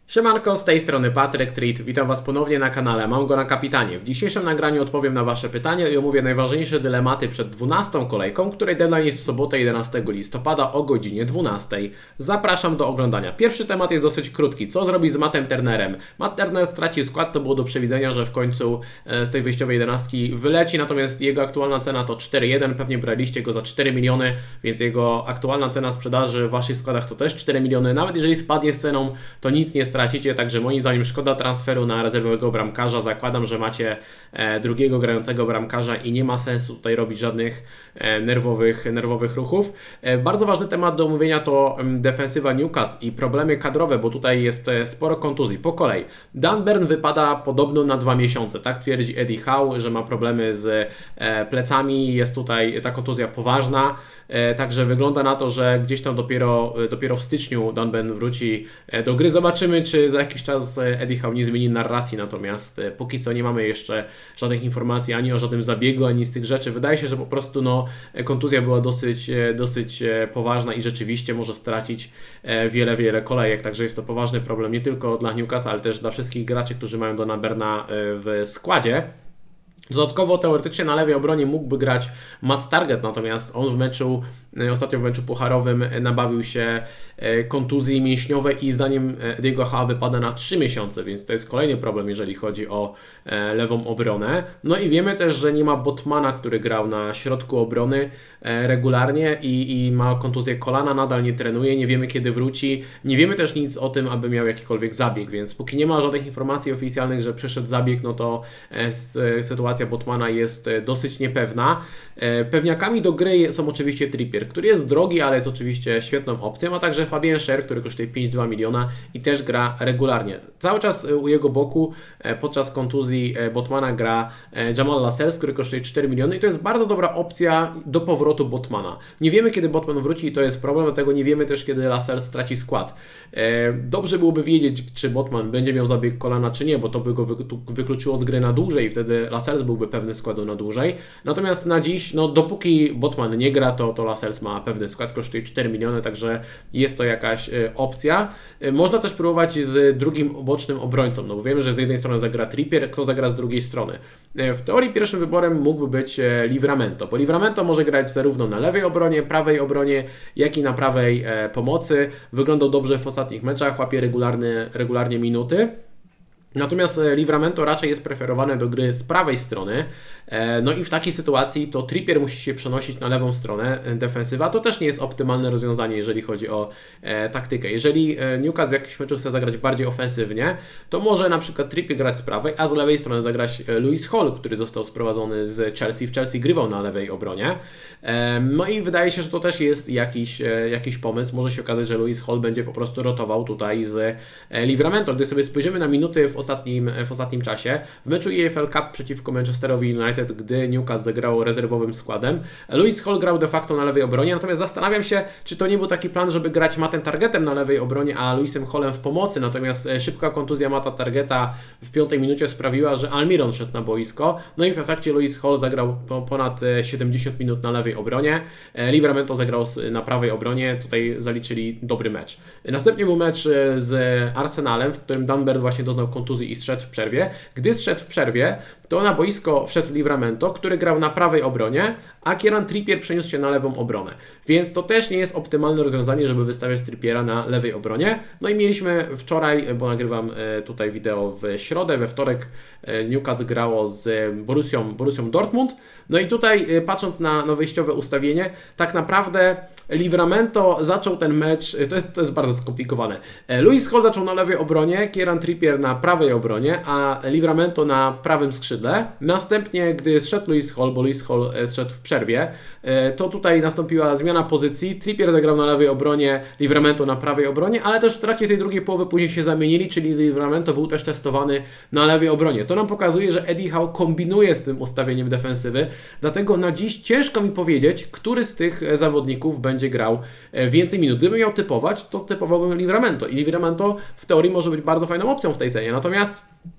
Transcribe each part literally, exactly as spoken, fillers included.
Siemanko, z tej strony Patryk Treat, witam Was ponownie na kanale Mam go na kapitanie. W dzisiejszym nagraniu odpowiem na Wasze pytania i omówię najważniejsze dylematy przed dwunastą kolejką, której deadline jest w sobotę jedenastego listopada o godzinie dwunastej. Zapraszam do oglądania. Pierwszy temat jest dosyć krótki. Co zrobić z Mattem Turnerem? Matt Turner stracił skład, to było do przewidzenia, że w końcu z tej wyjściowej jedenastki wyleci, natomiast jego aktualna cena to cztery jeden, pewnie braliście go za cztery miliony, więc jego aktualna cena sprzedaży w Waszych składach to też cztery miliony. Nawet jeżeli spadnie z ceną, to nic nie straci. Tracicie, także moim zdaniem szkoda transferu na rezerwowego bramkarza. Zakładam, że macie e, drugiego grającego bramkarza i nie ma sensu tutaj robić żadnych e, nerwowych, nerwowych ruchów. E, bardzo ważny temat do omówienia to m, defensywa Newcastle i problemy kadrowe, bo tutaj jest e, sporo kontuzji. Po kolei, Dan Burn wypada podobno na dwa miesiące, tak twierdzi Eddie Howe, że ma problemy z e, plecami, jest tutaj ta kontuzja poważna. Także wygląda na to, że gdzieś tam dopiero, dopiero w styczniu Dan Burn wróci do gry. Zobaczymy, czy za jakiś czas Eddie Howe nie zmieni narracji, natomiast póki co nie mamy jeszcze żadnych informacji ani o żadnym zabiegu, ani z tych rzeczy. Wydaje się, że po prostu no, kontuzja była dosyć, dosyć poważna i rzeczywiście może stracić wiele, wiele kolejek, także jest to poważny problem nie tylko dla Newcastle, ale też dla wszystkich graczy, którzy mają Dana Burna w składzie. Dodatkowo teoretycznie na lewej obronie mógłby grać Matt Targett, natomiast on w meczu, ostatnio w meczu pucharowym nabawił się kontuzji mięśniowej i zdaniem Ediego Howe'a wypada na trzy miesiące, więc to jest kolejny problem, jeżeli chodzi o lewą obronę. No i wiemy też, że nie ma Botmana, który grał na środku obrony regularnie i, i ma kontuzję kolana, nadal nie trenuje, nie wiemy kiedy wróci, nie wiemy też nic o tym, aby miał jakikolwiek zabieg, więc póki nie ma żadnych informacji oficjalnych, że przyszedł zabieg, no to sytuacja Botmana jest dosyć niepewna. Pewniakami do gry są oczywiście Trippier, który jest drogi, ale jest oczywiście świetną opcją, a także Fabien Schär, który kosztuje pięć przecinek dwa miliona i też gra regularnie. Cały czas u jego boku podczas kontuzji Botmana gra Jamal Lascelles, który kosztuje cztery miliony i to jest bardzo dobra opcja do powrotu Botmana. Nie wiemy, kiedy Botman wróci i to jest problem, dlatego nie wiemy też, kiedy Lascelles straci skład. Dobrze byłoby wiedzieć, czy Botman będzie miał zabieg kolana, czy nie, bo to by go wykluczyło z gry na dłużej i wtedy Lascelles byłby pewny składu na dłużej. Natomiast na dziś, no dopóki Botman nie gra, to, to Lascelles ma pewny skład, kosztuje cztery miliony, także jest to jakaś y, opcja. Y, można też próbować z drugim bocznym obrońcą, no bo wiemy, że z jednej strony zagra Trippier, kto zagra z drugiej strony. Y, w teorii pierwszym wyborem mógłby być y, Livramento, bo Livramento może grać zarówno na lewej obronie, prawej obronie, jak i na prawej y, pomocy. Wyglądał dobrze w ostatnich meczach, łapie regularny, regularnie minuty. Natomiast Livramento raczej jest preferowane do gry z prawej strony, no i w takiej sytuacji to Trippier musi się przenosić na lewą stronę defensywa. To też nie jest optymalne rozwiązanie, jeżeli chodzi o e, taktykę. Jeżeli Newcastle w jakimś meczu chce zagrać bardziej ofensywnie, to może na przykład Trippier grać z prawej, a z lewej strony zagrać Lewis Hall, który został sprowadzony z Chelsea. W Chelsea grywał na lewej obronie. E, no i wydaje się, że to też jest jakiś, e, jakiś pomysł. Może się okazać, że Lewis Hall będzie po prostu rotował tutaj z e, Livramento. Gdy sobie spojrzymy na minuty w ostatnim, w ostatnim czasie, w meczu E F L Cup przeciwko Manchesterowi United, gdy Newcastle zagrało rezerwowym składem, Lewis Hall grał de facto na lewej obronie, natomiast zastanawiam się, czy to nie był taki plan, żeby grać Mattem Targettem na lewej obronie, a Lewisem Hallem w pomocy, natomiast szybka kontuzja Matta Targetta w piątej minucie sprawiła, że Almiron wszedł na boisko, no i w efekcie Lewis Hall zagrał ponad siedemdziesiąt minut na lewej obronie, Livramento zagrał na prawej obronie, tutaj zaliczyli dobry mecz. Następnie był mecz z Arsenalem, w którym Dan Burn właśnie doznał kontuzji i zszedł w przerwie. Gdy zszedł w przerwie, to na boisko wszedł Livramento, który grał na prawej obronie, a Kieran Trippier przeniósł się na lewą obronę. Więc to też nie jest optymalne rozwiązanie, żeby wystawiać Trippiera na lewej obronie. No i mieliśmy wczoraj, bo nagrywam tutaj wideo w środę, we wtorek Newcastle grało z Borussią, Borussią Dortmund. No i tutaj patrząc na, na wyjściowe ustawienie, tak naprawdę Livramento zaczął ten mecz, to jest, to jest bardzo skomplikowane. Lewis Hall zaczął na lewej obronie, Kieran Trippier na prawej obronie, a Livramento na prawym skrzydle. Następnie, gdy zszedł Lewis Hall, bo Lewis Hall zszedł w przerwie, to tutaj nastąpiła zmiana pozycji. Trippier zagrał na lewej obronie, Livramento na prawej obronie, ale też w trakcie tej drugiej połowy później się zamienili, czyli Livramento był też testowany na lewej obronie. To nam pokazuje, że Eddie Howe kombinuje z tym ustawieniem defensywy, dlatego na dziś ciężko mi powiedzieć, który z tych zawodników będzie grał więcej minut. Gdybym miał typować, to typowałbym Livramento i Livramento w teorii może być bardzo fajną opcją w tej cenie, natomiast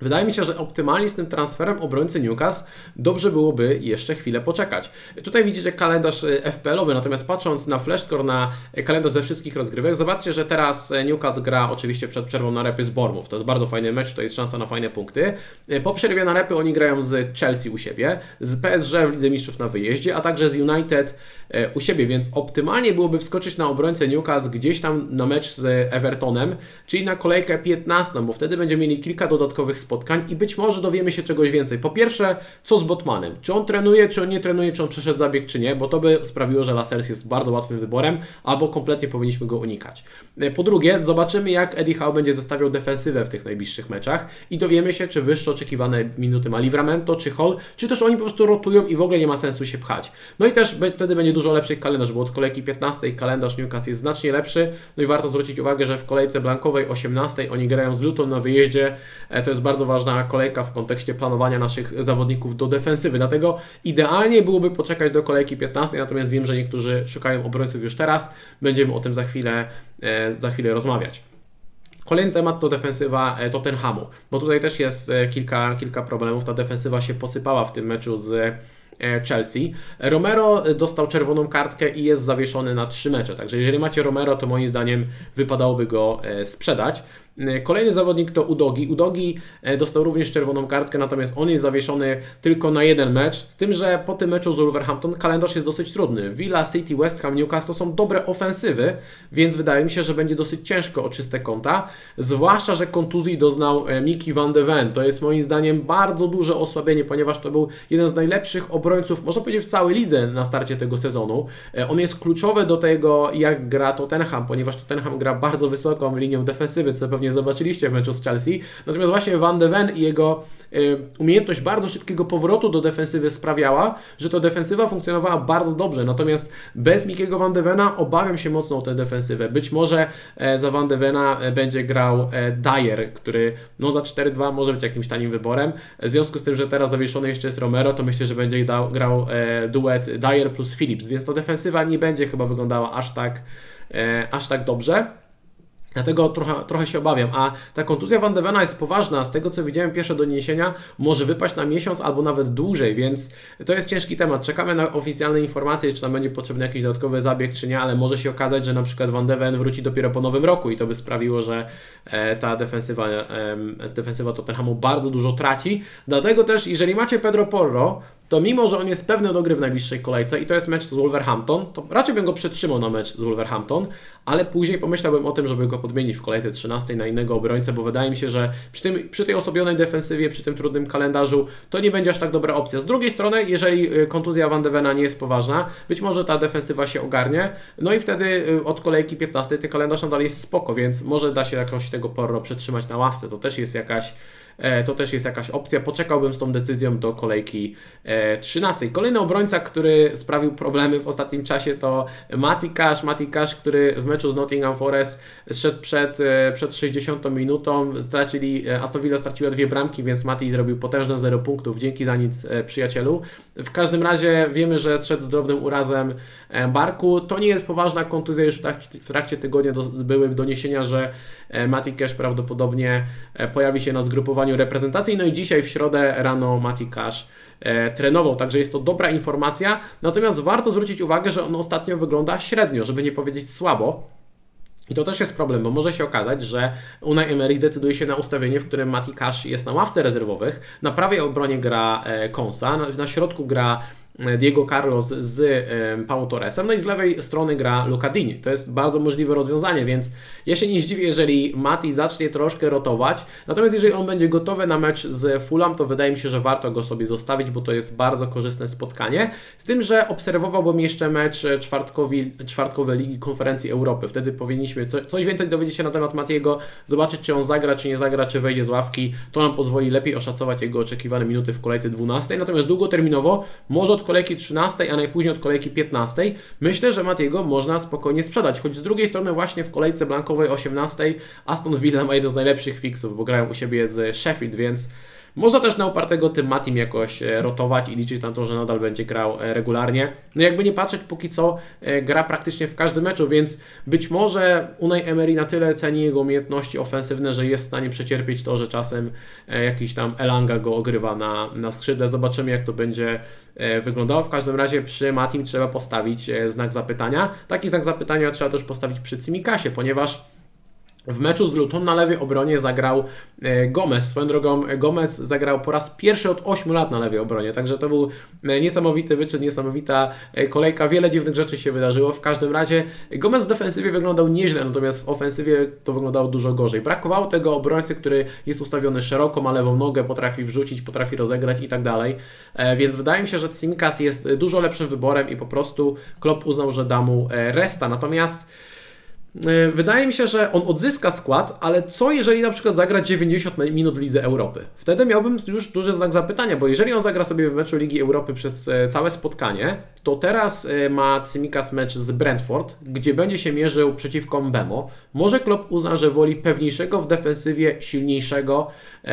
Wydaje mi się, że optymalnie z tym transferem obrońcy Newcastle dobrze byłoby jeszcze chwilę poczekać. Tutaj widzicie kalendarz F P L-owy, natomiast patrząc na flashscore, na kalendarz ze wszystkich rozgrywek, zobaczcie, że teraz Newcastle gra oczywiście przed przerwą na repy z Bournemouth. To jest bardzo fajny mecz, to jest szansa na fajne punkty. Po przerwie na repy oni grają z Chelsea u siebie, z P S G w Lidze Mistrzów na wyjeździe, a także z United u siebie, więc optymalnie byłoby wskoczyć na obrońcę Newcastle gdzieś tam na mecz z Evertonem, czyli na kolejkę piętnastą, bo wtedy będziemy mieli kilka dodatkowych spotkań i być może dowiemy się czegoś więcej. Po pierwsze, co z Botmanem? Czy on trenuje, czy on nie trenuje, czy on przeszedł zabieg, czy nie, bo to by sprawiło, że Lascelles jest bardzo łatwym wyborem, albo kompletnie powinniśmy go unikać. Po drugie, zobaczymy, jak Eddie Howe będzie zestawiał defensywę w tych najbliższych meczach i dowiemy się, czy wyższe oczekiwane minuty ma Livramento, czy Hall, czy też oni po prostu rotują i w ogóle nie ma sensu się pchać. No i też wtedy będzie dużo lepszy kalendarz, bo od kolejki piętnastej kalendarz Newcastle jest znacznie lepszy, no i warto zwrócić uwagę, że w kolejce blankowej osiemnastej oni grają z Luton na wyjeździe, to jest bardzo ważna kolejka w kontekście planowania naszych zawodników do defensywy, dlatego idealnie byłoby poczekać do kolejki piętnastej, natomiast wiem, że niektórzy szukają obrońców już teraz, będziemy o tym za chwilę, za chwilę rozmawiać. Kolejny temat to defensywa Tottenhamu, bo tutaj też jest kilka, kilka problemów, ta defensywa się posypała w tym meczu z Chelsea. Romero dostał czerwoną kartkę i jest zawieszony na trzy mecze, także jeżeli macie Romero, to moim zdaniem wypadałoby go sprzedać. Kolejny zawodnik to Udogi. Udogi dostał również czerwoną kartkę, natomiast on jest zawieszony tylko na jeden mecz, z tym, że po tym meczu z Wolverhampton kalendarz jest dosyć trudny. Villa, City, West Ham, Newcastle to są dobre ofensywy, więc wydaje mi się, że będzie dosyć ciężko o czyste konta, zwłaszcza, że kontuzji doznał Mickey van de Ven. To jest moim zdaniem bardzo duże osłabienie, ponieważ to był jeden z najlepszych obrońców, można powiedzieć, w całej lidze na starcie tego sezonu. On jest kluczowy do tego, jak gra Tottenham, ponieważ Tottenham gra bardzo wysoką linią defensywy, co pewnie nie zobaczyliście w meczu z Chelsea. Natomiast właśnie Van de Ven i jego y, umiejętność bardzo szybkiego powrotu do defensywy sprawiała, że to defensywa funkcjonowała bardzo dobrze. Natomiast bez Mickiego Van de Vena obawiam się mocno o tę defensywę. Być może e, za Van de Vena e, będzie grał e, Dyer, który no, za cztery dwa może być jakimś tanim wyborem. W związku z tym, że teraz zawieszony jeszcze jest Romero, to myślę, że będzie dał, grał e, duet Dyer plus Phillips, więc ta defensywa nie będzie chyba wyglądała aż tak, e, aż tak dobrze. Dlatego trochę, trochę się obawiam, a ta kontuzja Van de Vena jest poważna, z tego co widziałem pierwsze doniesienia, może wypaść na miesiąc albo nawet dłużej, więc to jest ciężki temat. Czekamy na oficjalne informacje, czy tam będzie potrzebny jakiś dodatkowy zabieg, czy nie, ale może się okazać, że na przykład Van de Ven wróci dopiero po nowym roku i to by sprawiło, że e, ta defensywa, e, defensywa Tottenhamu bardzo dużo traci. Dlatego też, jeżeli macie Pedro Porro, to mimo, że on jest pewny do gry w najbliższej kolejce i to jest mecz z Wolverhampton, to raczej bym go przetrzymał na mecz z Wolverhampton, ale później pomyślałbym o tym, żeby go podmienić w kolejce trzynastej na innego obrońcę, bo wydaje mi się, że przy, tym, przy tej osobionej defensywie, przy tym trudnym kalendarzu, to nie będzie aż tak dobra opcja. Z drugiej strony, jeżeli kontuzja Van de Vena nie jest poważna, być może ta defensywa się ogarnie, no i wtedy od kolejki piętnastej ten kalendarz nadal jest spoko, więc może da się jakoś tego Porro przetrzymać na ławce, to też jest jakaś To też jest jakaś opcja. Poczekałbym z tą decyzją do kolejki trzynastej. Kolejny obrońca, który sprawił problemy w ostatnim czasie, to Matty Cash. Matty Cash, który w meczu z Nottingham Forest szedł przed, przed sześćdziesiątą minutą. Stracili, Aston Villa straciła dwie bramki, więc Matty zrobił potężne zero punktów. Dzięki za nic, przyjacielu. W każdym razie wiemy, że zszedł z drobnym urazem barku. To nie jest poważna kontuzja. Już w trakcie, w trakcie tygodnia do, były doniesienia, że Matty Cash prawdopodobnie pojawi się na zgrupowaniu reprezentacji. No i dzisiaj w środę rano Matty Cash e, trenował, także jest to dobra informacja. Natomiast warto zwrócić uwagę, że on ostatnio wygląda średnio, żeby nie powiedzieć słabo. I to też jest problem, bo może się okazać, że Unai Emery decyduje się na ustawienie, w którym Matty Cash jest na ławce rezerwowych. Na prawej obronie gra e, Konsa, na, na środku gra Diego Carlos z y, Pau Torresem, no i z lewej strony gra Luca Digne. To jest bardzo możliwe rozwiązanie, więc ja się nie zdziwię, jeżeli Matty zacznie troszkę rotować, natomiast jeżeli on będzie gotowy na mecz z Fulham, to wydaje mi się, że warto go sobie zostawić, bo to jest bardzo korzystne spotkanie, z tym, że obserwowałbym jeszcze mecz czwartkowy, czwartkowej Ligi Konferencji Europy. Wtedy powinniśmy co, coś więcej dowiedzieć się na temat Mattiego, zobaczyć, czy on zagra, czy nie zagra, czy wejdzie z ławki. To nam pozwoli lepiej oszacować jego oczekiwane minuty w kolejce dwunastej, natomiast długoterminowo może od kolejki trzynastej, a najpóźniej od kolejki piętnastej. Myślę, że Mattiego można spokojnie sprzedać, choć z drugiej strony właśnie w kolejce blankowej osiemnastej Aston Villa ma jeden z najlepszych fixów, bo grają u siebie z Sheffield, więc Można też na upartego tym Matim jakoś rotować i liczyć na to, że nadal będzie grał regularnie. No jakby nie patrzeć, póki co gra praktycznie w każdym meczu, więc być może Unai Emery na tyle ceni jego umiejętności ofensywne, że jest w stanie przecierpieć to, że czasem jakiś tam Elanga go ogrywa na, na skrzydle. Zobaczymy, jak to będzie wyglądało. W każdym razie przy Matim trzeba postawić znak zapytania. Taki znak zapytania trzeba też postawić przy Tsimicasie, ponieważ w meczu z Luton na lewej obronie zagrał Gomez. Swoją drogą Gomez zagrał po raz pierwszy od ośmiu lat na lewej obronie, także to był niesamowity wyczyn, niesamowita kolejka. Wiele dziwnych rzeczy się wydarzyło. W każdym razie Gomez w defensywie wyglądał nieźle, natomiast w ofensywie to wyglądało dużo gorzej. Brakowało tego obrońcy, który jest ustawiony szeroko, ma lewą nogę, potrafi wrzucić, potrafi rozegrać i tak dalej. Więc wydaje mi się, że Tsimikas jest dużo lepszym wyborem i po prostu Klopp uznał, że da mu resta. Natomiast wydaje mi się, że on odzyska skład, ale co jeżeli na przykład zagra dziewięćdziesiąt minut w Lidze Europy? Wtedy miałbym już duży znak zapytania, bo jeżeli on zagra sobie w meczu Ligi Europy przez całe spotkanie, to teraz ma Tsimikas mecz z Brentford, gdzie będzie się mierzył przeciwko Mbemo. Może Klopp uzna, że woli pewniejszego w defensywie, silniejszego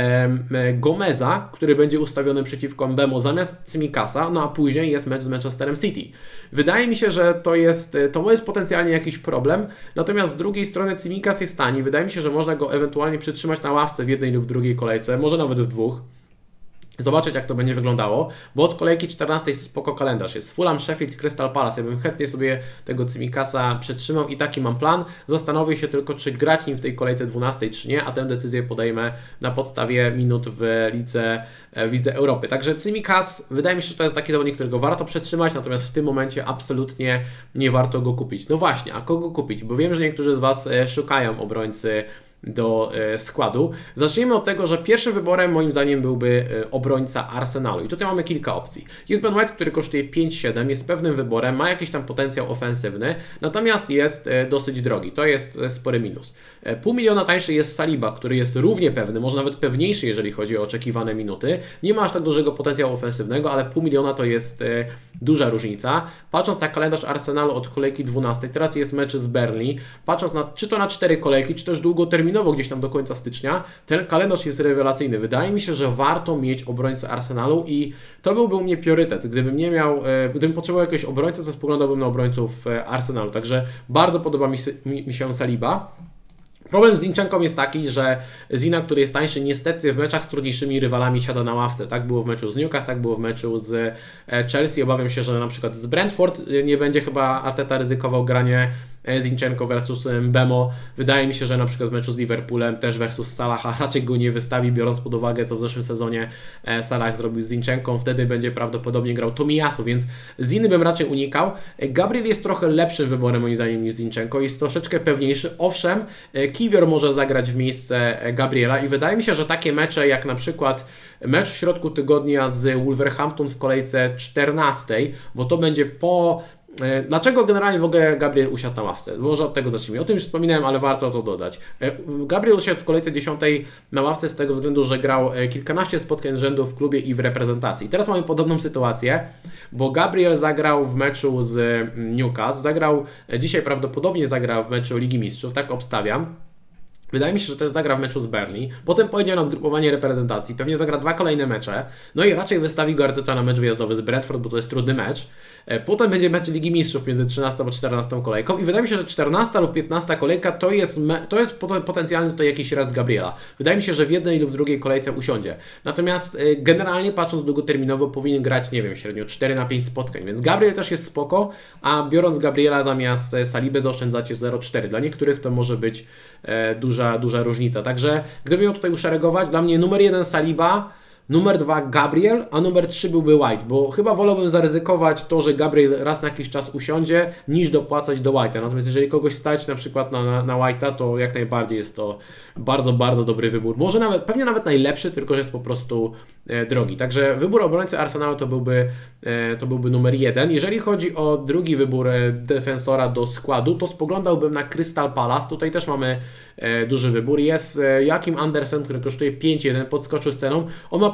Gomeza, który będzie ustawiony przeciwko Mbemo zamiast Tsimikasa, no a później jest mecz z Manchesterem City. Wydaje mi się, że to jest, to jest potencjalnie jakiś problem, natomiast z drugiej strony Tsimikas jest tani. Wydaje mi się, że można go ewentualnie przytrzymać na ławce w jednej lub drugiej kolejce, może nawet w dwóch. Zobaczyć, jak to będzie wyglądało, bo od kolejki czternastej spoko kalendarz jest Fulham, Sheffield, Crystal Palace. Ja bym chętnie sobie tego Tsimikasa przytrzymał i taki mam plan. Zastanowię się tylko, czy grać nim w tej kolejce dwunastej, czy nie, a tę decyzję podejmę na podstawie minut w Lidze, w Lidze Europy. Także Tsimikas, wydaje mi się, że to jest taki zawodnik, którego warto przetrzymać, natomiast w tym momencie absolutnie nie warto go kupić. No właśnie, a kogo kupić? Bo wiem, że niektórzy z Was szukają obrońcy do e, składu. Zacznijmy od tego, że pierwszym wyborem moim zdaniem byłby e, obrońca Arsenalu. I tutaj mamy kilka opcji. Jest Ben White, który kosztuje pięć siedem, jest pewnym wyborem, ma jakiś tam potencjał ofensywny, natomiast jest e, dosyć drogi. To jest e, spory minus. E, pół miliona tańszy jest Saliba, który jest równie pewny, może nawet pewniejszy, jeżeli chodzi o oczekiwane minuty. Nie ma aż tak dużego potencjału ofensywnego, ale pół miliona to jest e, duża różnica. Patrząc na kalendarz Arsenalu od kolejki dwunastej, teraz jest mecz z Burnley, patrząc na, czy to na cztery kolejki, czy też długoterminowo gdzieś tam do końca stycznia, ten kalendarz jest rewelacyjny. Wydaje mi się, że warto mieć obrońcę Arsenalu i to byłby u mnie priorytet. Gdybym nie miał, gdybym potrzebował jakiegoś obrońcy, to spoglądałbym na obrońców Arsenalu. Także bardzo podoba mi, mi się Saliba. Problem z Zinchenką jest taki, że Zina, który jest tańszy, niestety w meczach z trudniejszymi rywalami siada na ławce. Tak było w meczu z Newcastle, tak było w meczu z Chelsea. Obawiam się, że na przykład z Brentford nie będzie chyba Arteta ryzykował granie Zinchenko versus Mbemo. Wydaje mi się, że na przykład w meczu z Liverpoolem też versus Salaha raczej go nie wystawi, biorąc pod uwagę, co w zeszłym sezonie Salah zrobił z Zinchenką. Wtedy będzie prawdopodobnie grał Tomiyasu, więc Ziny bym raczej unikał. Gabriel jest trochę lepszym wyborem moim zdaniem niż Zinchenko. Jest troszeczkę pewniejszy. Owszem, Kiwior może zagrać w miejsce Gabriela i wydaje mi się, że takie mecze jak na przykład mecz w środku tygodnia z Wolverhampton w kolejce czternastej, bo to będzie po... Dlaczego generalnie w ogóle Gabriel usiadł na ławce? Może od tego zacznijmy. O tym już wspominałem, ale warto to dodać. Gabriel usiadł w kolejce dziesiątej na ławce z tego względu, że grał kilkanaście spotkań z rzędu w klubie i w reprezentacji. I teraz mamy podobną sytuację, bo Gabriel zagrał w meczu z Newcastle, zagrał, dzisiaj prawdopodobnie zagrał w meczu Ligi Mistrzów, tak obstawiam. Wydaje mi się, że też zagra w meczu z Burnley, potem pojedzie na zgrupowanie reprezentacji, pewnie zagra dwa kolejne mecze, no i raczej wystawi go Arteta na mecz wyjazdowy z Brentford, bo to jest trudny mecz. Potem będzie mecz Ligi Mistrzów między trzynastą a czternastą kolejką i wydaje mi się, że czternasta lub piętnasta kolejka to jest, me- to jest potencjalny tutaj jakiś rest Gabriela. Wydaje mi się, że w jednej lub drugiej kolejce usiądzie. Natomiast generalnie patrząc długoterminowo powinien grać, nie wiem, średnio cztery na pięć spotkań, więc Gabriel też jest spoko, a biorąc Gabriela zamiast Saliby zaoszczędzacie zero przecinek cztery. Dla niektórych to może być e, duża, duża różnica. Także gdybym ją tutaj uszeregować, dla mnie numer jeden Saliba, numer dwa Gabriel, a numer trzy byłby White, bo chyba wolałbym zaryzykować to, że Gabriel raz na jakiś czas usiądzie, niż dopłacać do White'a. Natomiast jeżeli kogoś stać na przykład na, na, na White'a, to jak najbardziej jest to bardzo, bardzo dobry wybór. Może nawet, pewnie nawet najlepszy, tylko że jest po prostu e, drogi. Także wybór obrońcy Arsenalu to byłby, e, to byłby numer jeden. Jeżeli chodzi o drugi wybór e, defensora do składu, to spoglądałbym na Crystal Palace. Tutaj też mamy e, duży wybór. Jest e, Joachim Andersen, który kosztuje pięć jeden, podskoczył z ceną. On ma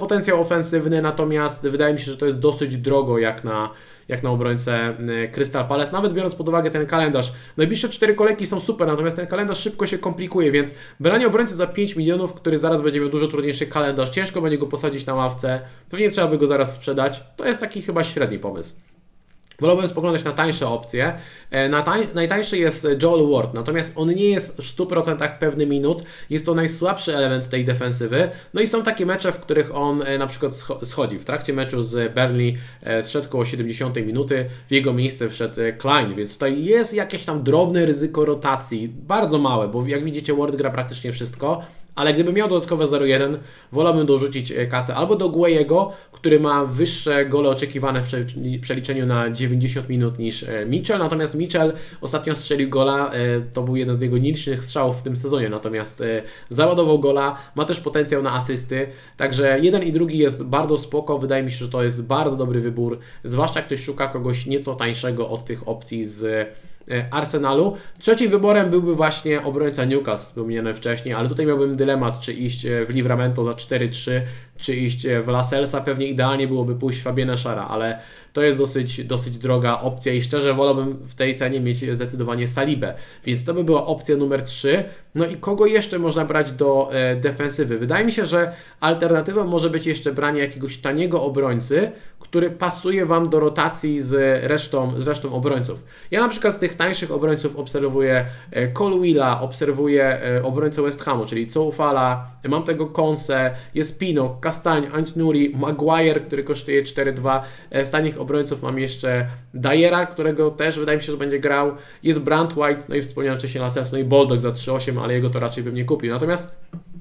potencjał ofensywny, natomiast wydaje mi się, że to jest dosyć drogo jak na, jak na obrońcę Crystal Palace, nawet biorąc pod uwagę ten kalendarz. Najbliższe cztery kolejki są super, natomiast ten kalendarz szybko się komplikuje, więc branie obrońcy za pięć milionów, który zaraz będzie miał dużo trudniejszy kalendarz, ciężko będzie go posadzić na ławce, pewnie trzeba by go zaraz sprzedać, to jest taki chyba średni pomysł. Wolałbym spoglądać na tańsze opcje. Na tań, najtańszy jest Joel Ward, natomiast on nie jest w stu procentach pewny minut. Jest to najsłabszy element tej defensywy. No i są takie mecze, w których on na przykład schodzi. W trakcie meczu z Burnley zszedł koło siedemdziesiątej minuty, w jego miejsce wszedł Klein, więc tutaj jest jakieś tam drobne ryzyko rotacji, bardzo małe, bo jak widzicie Ward gra praktycznie wszystko. Ale gdybym miał dodatkowe zero jeden, wolałbym dorzucić kasę albo do Guejego, który ma wyższe gole oczekiwane w przeliczeniu na dziewięćdziesiąt minut niż Mitchell. Natomiast Mitchell ostatnio strzelił gola, to był jeden z jego nielicznych strzałów w tym sezonie. Natomiast załadował gola, ma też potencjał na asysty. Także jeden i drugi jest bardzo spoko. Wydaje mi się, że to jest bardzo dobry wybór. Zwłaszcza jak ktoś szuka kogoś nieco tańszego od tych opcji z Arsenalu. Trzecim wyborem byłby właśnie obrońca Newcastle, wspomniany wcześniej, ale tutaj miałbym dylemat, czy iść w Livramento za cztery trzy, czy iść w Laselsa. Pewnie idealnie byłoby pójść w Fabiana Schär'a, ale to jest dosyć, dosyć droga opcja i szczerze wolałbym w tej cenie mieć zdecydowanie Salibę, więc to by była opcja numer trzy. No i kogo jeszcze można brać do e, defensywy? Wydaje mi się, że alternatywą może być jeszcze branie jakiegoś taniego obrońcy, który pasuje Wam do rotacji z resztą, z resztą obrońców. Ja na przykład z tych tańszych obrońców obserwuję e, Colwilla, obserwuję e, obrońcę West Hamu, czyli Coufala, mam tego Konse, jest Pino, Castagne, Ant-Nouri, Maguire, który kosztuje cztery dwa. E, z tanich obrońców mam jeszcze Dyera, którego też wydaje mi się, że będzie grał. Jest Brandt White, no i wspomniałem wcześniej Lascelles, no i Baldock za trzy osiem, ale jego to raczej bym nie kupił. Natomiast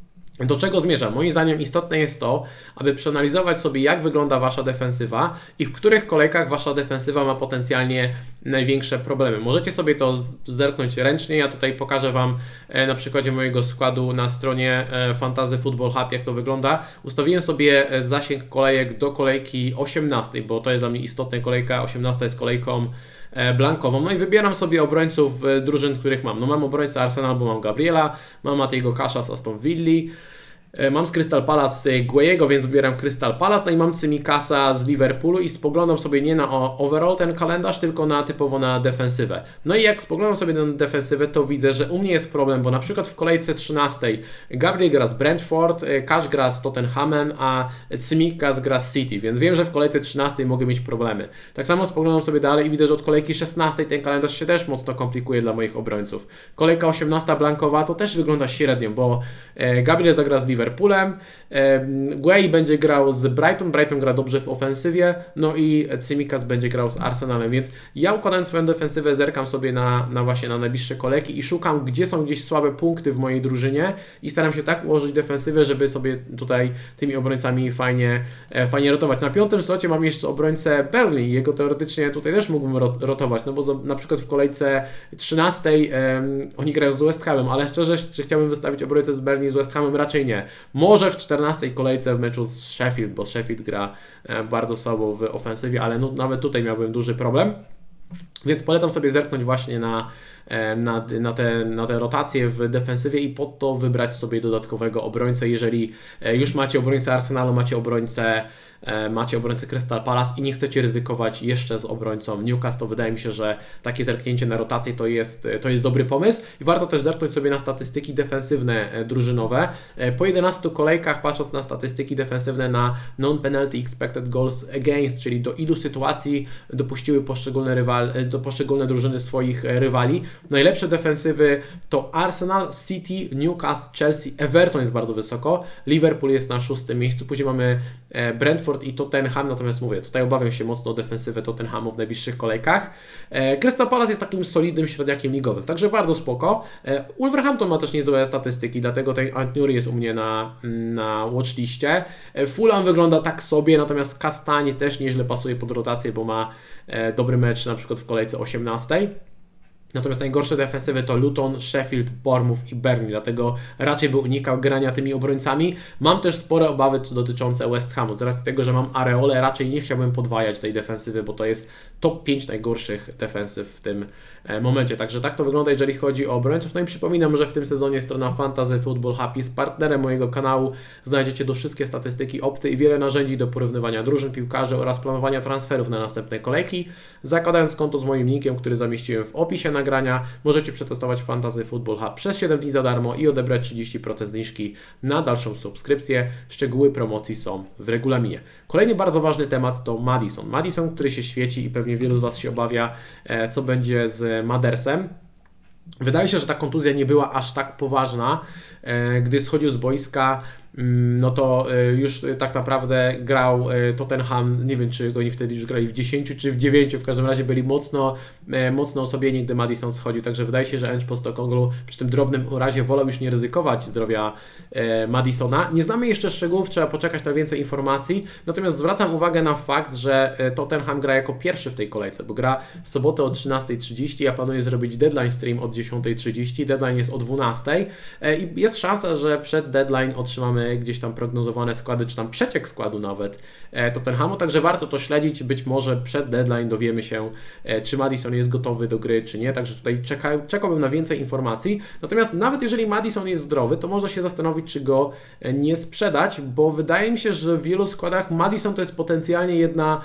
do czego zmierzam? Moim zdaniem istotne jest to, aby przeanalizować sobie, jak wygląda Wasza defensywa i w których kolejkach Wasza defensywa ma potencjalnie największe problemy. Możecie sobie to zerknąć ręcznie. Ja tutaj pokażę Wam na przykładzie mojego składu na stronie Fantasy Football Hub, jak to wygląda. Ustawiłem sobie zasięg kolejek do kolejki osiemnastej, bo to jest dla mnie istotne. Kolejka osiemnasta jest kolejką blankową. No i wybieram sobie obrońców drużyn, których mam. No mam obrońcę Arsenal, bo mam Gabriela, mam Matejego Kasza z Aston Villa, mam z Crystal Palace Guejego, więc wybieram Crystal Palace, no i mam Tsimikas z Liverpoolu i spoglądam sobie nie na overall ten kalendarz, tylko na typowo na defensywę. No i jak spoglądam sobie na defensywę, to widzę, że u mnie jest problem, bo na przykład w kolejce trzynastej Gabriel gra z Brentford, Cash gra z Tottenhamem, a Tsimikas gra z City, więc wiem, że w kolejce trzynastej mogę mieć problemy. Tak samo spoglądam sobie dalej i widzę, że od kolejki szesnastej ten kalendarz się też mocno komplikuje dla moich obrońców. Kolejka osiemnasta blankowa to też wygląda średnio, bo Gabriel zagra z Liverpoolem, Liverpoolem. Gueye będzie grał z Brighton, Brighton gra dobrze w ofensywie, no i Tsimikas będzie grał z Arsenalem, więc ja układając swoją defensywę zerkam sobie na, na właśnie na najbliższe kolejki i szukam, gdzie są gdzieś słabe punkty w mojej drużynie i staram się tak ułożyć defensywę, żeby sobie tutaj tymi obrońcami fajnie, fajnie rotować. Na piątym slocie mam jeszcze obrońcę Burnley, jego teoretycznie tutaj też mógłbym rotować, no bo na przykład w kolejce trzynastej um, oni grają z West Hamem, ale szczerze, czy chciałbym wystawić obrońcę z Burnley z West Hamem? Raczej nie. Może w czternastej kolejce w meczu z Sheffield, bo Sheffield gra bardzo słabo w ofensywie, ale no, nawet tutaj miałbym duży problem. Więc polecam sobie zerknąć właśnie na, na, na, te, na te rotacje w defensywie i pod to wybrać sobie dodatkowego obrońcę. Jeżeli już macie obrońcę Arsenalu, macie obrońcę macie obrońcę Crystal Palace i nie chcecie ryzykować jeszcze z obrońcą Newcastle, to wydaje mi się, że takie zerknięcie na rotację to jest, to jest dobry pomysł i warto też zerknąć sobie na statystyki defensywne drużynowe. Po jedenastu kolejkach, patrząc na statystyki defensywne, na non-penalty expected goals against, czyli do ilu sytuacji dopuściły poszczególne, rywal, do poszczególne drużyny swoich rywali. Najlepsze defensywy to Arsenal, City, Newcastle, Chelsea, Everton jest bardzo wysoko, Liverpool jest na szóstym miejscu, później mamy Brentford i Tottenham, natomiast mówię, tutaj obawiam się mocno o defensywę Tottenhamu w najbliższych kolejkach. E, Crystal Palace jest takim solidnym średniakiem ligowym, także bardzo spoko. E, Wolverhampton ma też niezłe statystyki, dlatego ten Ant-Nouri jest u mnie na, na watchliście. E, Fulham wygląda tak sobie, natomiast Castagne też nieźle pasuje pod rotację, bo ma e, dobry mecz na przykład w kolejce osiemnastej. Natomiast najgorsze defensywy to Luton, Sheffield, Bournemouth i Burnley, dlatego raczej by unikał grania tymi obrońcami. Mam też spore obawy dotyczące West Hamu, z racji tego, że mam Areolę, raczej nie chciałbym podwajać tej defensywy, bo to jest top pięć najgorszych defensyw w tym, momencie. Także tak to wygląda, jeżeli chodzi o obrońców. No i przypominam, że w tym sezonie strona Fantasy Football Hub jest partnerem mojego kanału. Znajdziecie do wszystkie statystyki, opty i wiele narzędzi do porównywania drużyn, piłkarzy oraz planowania transferów na następne kolejki. Zakładając konto z moim linkiem, który zamieściłem w opisie nagrania, możecie przetestować Fantasy Football Hub przez siedem dni za darmo i odebrać trzydzieści procent zniżki na dalszą subskrypcję. Szczegóły promocji są w regulaminie. Kolejny bardzo ważny temat to Maddison. Maddison, który się świeci i pewnie wielu z Was się obawia, co będzie z Madersem. Wydaje się, że ta kontuzja nie była aż tak poważna, gdy schodził z boiska. No to już tak naprawdę grał Tottenham, nie wiem czy oni wtedy już grali w dziesięciu czy w dziewięciu, w każdym razie byli mocno, mocno osłabieni, gdy Maddison schodził, także wydaje się, że Ange Postecoglou przy tym drobnym urazie wolał już nie ryzykować zdrowia Maddisona. Nie znamy jeszcze szczegółów, trzeba poczekać na więcej informacji, natomiast zwracam uwagę na fakt, że Tottenham gra jako pierwszy w tej kolejce, bo gra w sobotę o trzynastej trzydzieści, ja planuję zrobić deadline stream od dziesiątej trzydzieści, deadline jest o dwunastej i jest szansa, że przed deadline otrzymamy gdzieś tam prognozowane składy, czy tam przeciek składu nawet Tottenhamu, także warto to śledzić, być może przed deadline dowiemy się, czy Maddison jest gotowy do gry, czy nie, także tutaj czeka, czekałbym na więcej informacji, natomiast nawet jeżeli Maddison jest zdrowy, to można się zastanowić, czy go nie sprzedać, bo wydaje mi się, że w wielu składach Maddison to jest potencjalnie jedna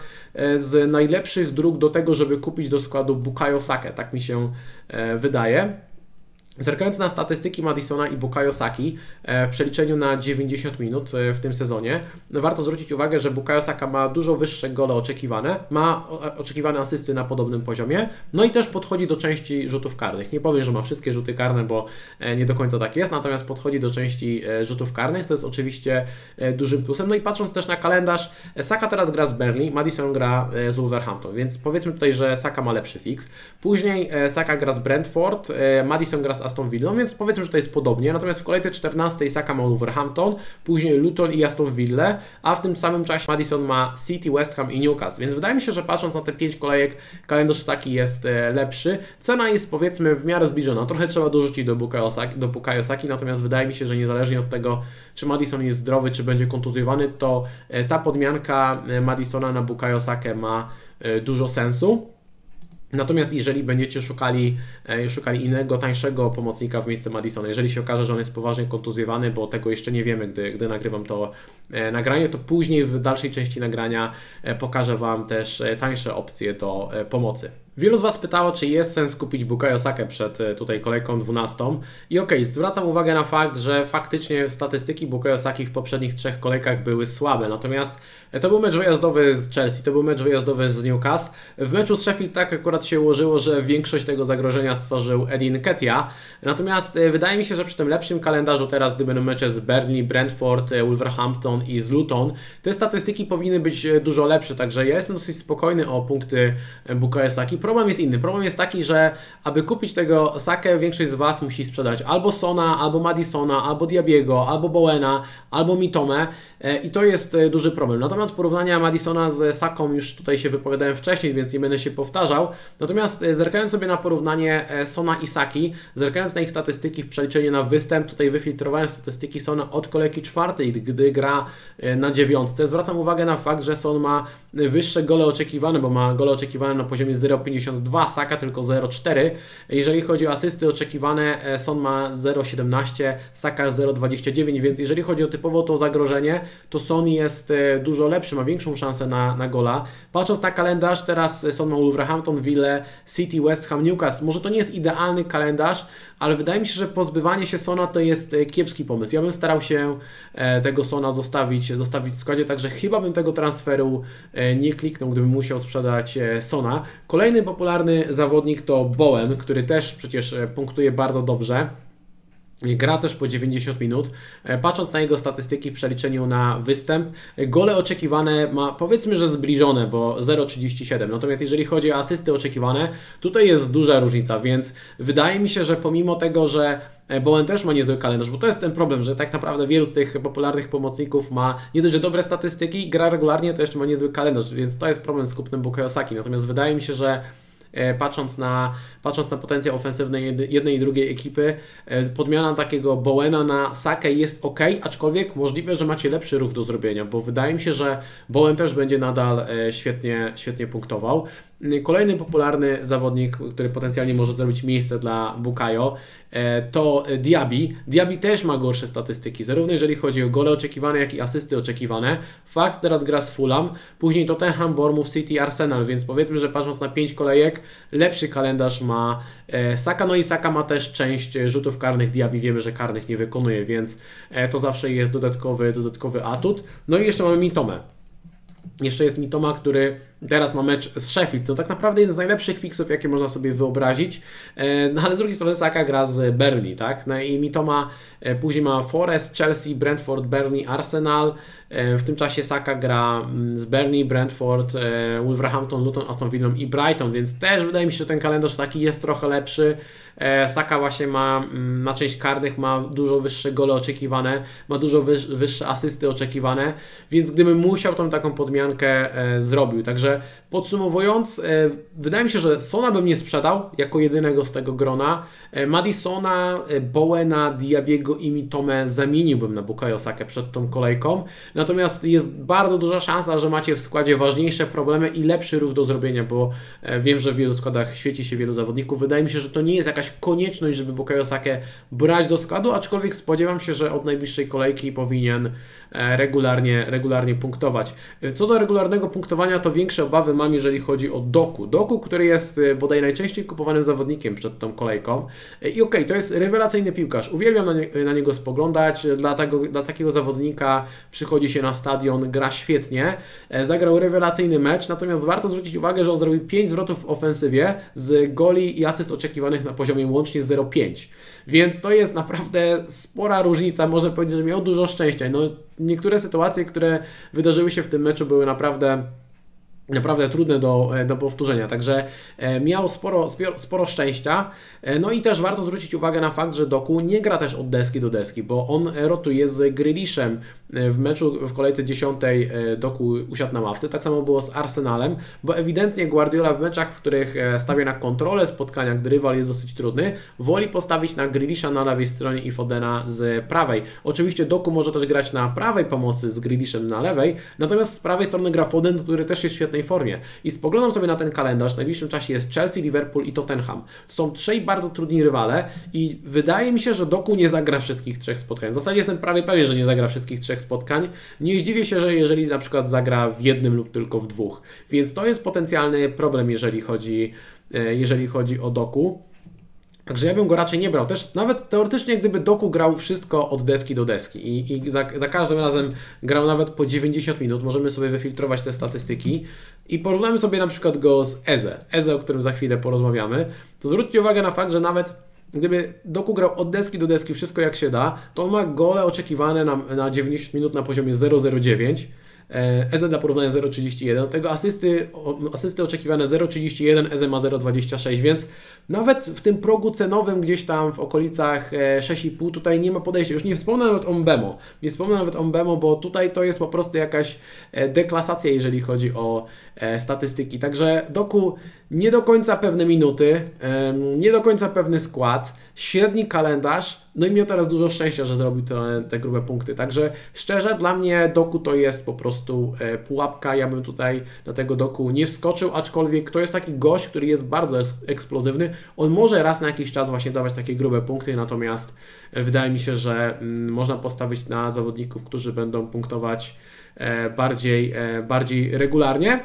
z najlepszych dróg do tego, żeby kupić do składu Bukayo Sakę, tak mi się wydaje. Zerkając na statystyki Maddisona i Bukayo Saki w przeliczeniu na dziewięćdziesiąt minut w tym sezonie, warto zwrócić uwagę, że Bukayo Saka ma dużo wyższe gole oczekiwane, ma oczekiwane asysty na podobnym poziomie, no i też podchodzi do części rzutów karnych. Nie powiem, że ma wszystkie rzuty karne, bo nie do końca tak jest, natomiast podchodzi do części rzutów karnych, to jest oczywiście dużym plusem. No i patrząc też na kalendarz, Saka teraz gra z Burnley, Maddison gra z Wolverhampton, więc powiedzmy tutaj, że Saka ma lepszy fix. Później Saka gra z Brentford, Maddison gra z Aston Villa, więc powiedzmy, że to jest podobnie. Natomiast w kolejce czternastej Saka ma Wolverhampton, później Luton i Aston Villa, a w tym samym czasie Maddison ma City, West Ham i Newcastle. Więc wydaje mi się, że patrząc na te pięć kolejek, kalendarz Saki jest lepszy. Cena jest powiedzmy w miarę zbliżona. Trochę trzeba dorzucić do Bukayo Saki, do Bukayo Saki, natomiast wydaje mi się, że niezależnie od tego, czy Maddison jest zdrowy, czy będzie kontuzjowany, to ta podmianka Maddisona na Bukayo Sakę ma dużo sensu. Natomiast jeżeli będziecie szukali, szukali innego, tańszego pomocnika w miejsce Maddisona, jeżeli się okaże, że on jest poważnie kontuzjowany, bo tego jeszcze nie wiemy, gdy, gdy nagrywam to nagranie, to później w dalszej części nagrania pokażę Wam też tańsze opcje do pomocy. Wielu z Was pytało, czy jest sens kupić Bukayo Sakę przed tutaj kolejką dwunastą i okej, okay, zwracam uwagę na fakt, że faktycznie statystyki Bukayo Saki w poprzednich trzech kolejkach były słabe, natomiast to był mecz wyjazdowy z Chelsea, to był mecz wyjazdowy z Newcastle. W meczu z Sheffield tak akurat się ułożyło, że większość tego zagrożenia stworzył Eddie Nketiah, natomiast wydaje mi się, że przy tym lepszym kalendarzu teraz, gdy będą mecze z Burnley, Brentford, Wolverhampton i z Luton, te statystyki powinny być dużo lepsze, także ja jestem dosyć spokojny o punkty Bukayo Saki. Problem jest inny. Problem jest taki, że aby kupić tego Sakę, większość z Was musi sprzedać albo Sona, albo Maddisona, albo Diabiego, albo Bowena, albo Mitomę i to jest duży problem. Natomiast porównania Maddisona z Saką już tutaj się wypowiadałem wcześniej, więc nie będę się powtarzał. Natomiast zerkając sobie na porównanie Sona i Saki, zerkając na ich statystyki w przeliczeniu na występ, tutaj wyfiltrowałem statystyki Sona od kolejki czwartej, gdy gra na dziewiątce. Zwracam uwagę na fakt, że Son ma wyższe gole oczekiwane, bo ma gole oczekiwane na poziomie zero przecinek pięćdziesiąt dwa, Saka tylko zero przecinek cztery. Jeżeli chodzi o asysty oczekiwane, Son ma zero przecinek siedemnaście, Saka zero przecinek dwadzieścia dziewięć, więc jeżeli chodzi o typowo to zagrożenie, to Son jest dużo lepszy, ma większą szansę na, na gola. Patrząc na kalendarz, teraz Son ma Wolverhampton, Villa, City, West Ham, Newcastle. Może to nie jest idealny kalendarz, ale wydaje mi się, że pozbywanie się Sona to jest kiepski pomysł. Ja bym starał się tego Sona zostawić, zostawić w składzie, także chyba bym tego transferu nie kliknął, gdybym musiał sprzedać Sona. Kolejny popularny zawodnik to Bowen, który też przecież punktuje bardzo dobrze. Gra też po dziewięćdziesiąt minut. Patrząc na jego statystyki w przeliczeniu na występ, gole oczekiwane ma powiedzmy, że zbliżone, bo zero przecinek trzydzieści siedem. Natomiast jeżeli chodzi o asysty oczekiwane, tutaj jest duża różnica, więc wydaje mi się, że pomimo tego, że Bowen też ma niezły kalendarz, bo to jest ten problem, że tak naprawdę wielu z tych popularnych pomocników ma nie dość, że dobre statystyki, gra regularnie, to jeszcze ma niezły kalendarz, więc to jest problem z kupnem Bukayo Saki. Natomiast wydaje mi się, że Patrząc na, patrząc na potencjał ofensywny jednej i drugiej ekipy, podmiana takiego Bowena na Sakę jest ok, aczkolwiek możliwe, że macie lepszy ruch do zrobienia, bo wydaje mi się, że Bowen też będzie nadal świetnie, świetnie punktował. Kolejny popularny zawodnik, który potencjalnie może zrobić miejsce dla Bukayo, to Diaby. Diaby też ma gorsze statystyki, zarówno jeżeli chodzi o gole oczekiwane, jak i asysty oczekiwane. Fakt, teraz gra z Fulham, później Tottenham, Bournemouth, City, Arsenal, więc powiedzmy, że patrząc na pięć kolejek, lepszy kalendarz ma Saka, no i Saka ma też część rzutów karnych, Diaby wiemy, że karnych nie wykonuje, więc to zawsze jest dodatkowy, dodatkowy atut. No i jeszcze mamy Mitomę. Jeszcze jest Mitoma, który teraz ma mecz z Sheffield. To tak naprawdę jeden z najlepszych fixów, jakie można sobie wyobrazić. No ale z drugiej strony Saka gra z Burnley, tak? No i Mitoma później ma Forest, Chelsea, Brentford, Burnley, Arsenal. W tym czasie Saka gra z Burnley, Brentford, Wolverhampton, Luton, Aston Villa i Brighton, więc też wydaje mi się, że ten kalendarz taki jest trochę lepszy. Saka właśnie ma, ma część karnych, ma dużo wyższe gole oczekiwane, ma dużo wyż, wyższe asysty oczekiwane, więc gdybym musiał tą taką podmiankę e, zrobił. Także podsumowując, e, wydaje mi się, że Sona bym nie sprzedał jako jedynego z tego grona. E, Madisona, e, Bowena, Diabiego i Mitomę zamieniłbym na Bukayo Sakę przed tą kolejką. Natomiast jest bardzo duża szansa, że macie w składzie ważniejsze problemy i lepszy ruch do zrobienia, bo e, wiem, że w wielu składach świeci się wielu zawodników. Wydaje mi się, że to nie jest jakaś konieczność, żeby Bukayo Sakę brać do składu, aczkolwiek spodziewam się, że od najbliższej kolejki powinien regularnie, regularnie punktować. Co do regularnego punktowania, to większe obawy mam, jeżeli chodzi o Doku. Doku, który jest bodaj najczęściej kupowanym zawodnikiem przed tą kolejką. I okej, okay, to jest rewelacyjny piłkarz. Uwielbiam na, nie, na niego spoglądać. Dla, tego, dla takiego zawodnika przychodzi się na stadion, gra świetnie. Zagrał rewelacyjny mecz, natomiast warto zwrócić uwagę, że on zrobił pięć zwrotów w ofensywie z goli i asyst oczekiwanych na poziomie łącznie zero przecinek pięć. Więc to jest naprawdę spora różnica. Można powiedzieć, że miał dużo szczęścia. No, niektóre sytuacje, które wydarzyły się w tym meczu, były naprawdę naprawdę trudne do, do powtórzenia, także miał sporo, sporo szczęścia. No i też warto zwrócić uwagę na fakt, że Doku nie gra też od deski do deski, bo on rotuje z Grealishem. W meczu w kolejce dziesiątej Doku usiadł na ławce, tak samo było z Arsenalem, bo ewidentnie Guardiola w meczach, w których stawia na kontrolę spotkania, gdy rywal jest dosyć trudny, woli postawić na Grealisha na lewej stronie i Fodena z prawej. Oczywiście Doku może też grać na prawej pomocy z Grealishem na lewej, natomiast z prawej strony gra Foden, który też jest w świetnej formie. I spoglądam sobie na ten kalendarz, w najbliższym czasie jest Chelsea, Liverpool i Tottenham. To są trzej bardzo trudni rywale i wydaje mi się, że Doku nie zagra wszystkich trzech spotkań. W zasadzie jestem prawie pewien, że nie zagra wszystkich trzech spotkań. Nie zdziwię się, że jeżeli na przykład zagra w jednym lub tylko w dwóch. Więc to jest potencjalny problem, jeżeli chodzi, jeżeli chodzi o Doku. Także ja bym go raczej nie brał. Też nawet teoretycznie, gdyby Doku grał wszystko od deski do deski i, i za, za każdym razem grał nawet po dziewięćdziesiąt minut, możemy sobie wyfiltrować te statystyki i porównamy sobie na przykład go z Eze. Eze, o którym za chwilę porozmawiamy, to zwróćcie uwagę na fakt, że nawet gdyby Doku grał od deski do deski wszystko jak się da, to on ma gole oczekiwane na, na dziewięćdziesiąt minut na poziomie zero przecinek zero dziewięć. Eze dla porównania zero przecinek trzydzieści jeden, do tego asysty, asysty oczekiwane zero przecinek trzydzieści jeden, Eze ma zero przecinek dwadzieścia sześć, więc nawet w tym progu cenowym gdzieś tam w okolicach sześć i pół tutaj nie ma podejścia. Już nie wspomnę nawet o Mbemo, nie wspomnę nawet o Mbemo, bo tutaj to jest po prostu jakaś deklasacja, jeżeli chodzi o statystyki. Także Doku nie do końca pewne minuty, nie do końca pewny skład, średni kalendarz, no i miał teraz dużo szczęścia, że zrobił te, te grube punkty. Także szczerze, dla mnie Doku to jest po prostu pułapka. Ja bym tutaj na tego Doku nie wskoczył, aczkolwiek to jest taki gość, który jest bardzo eksplozywny. On może raz na jakiś czas właśnie dawać takie grube punkty, natomiast wydaje mi się, że można postawić na zawodników, którzy będą punktować bardziej, bardziej regularnie.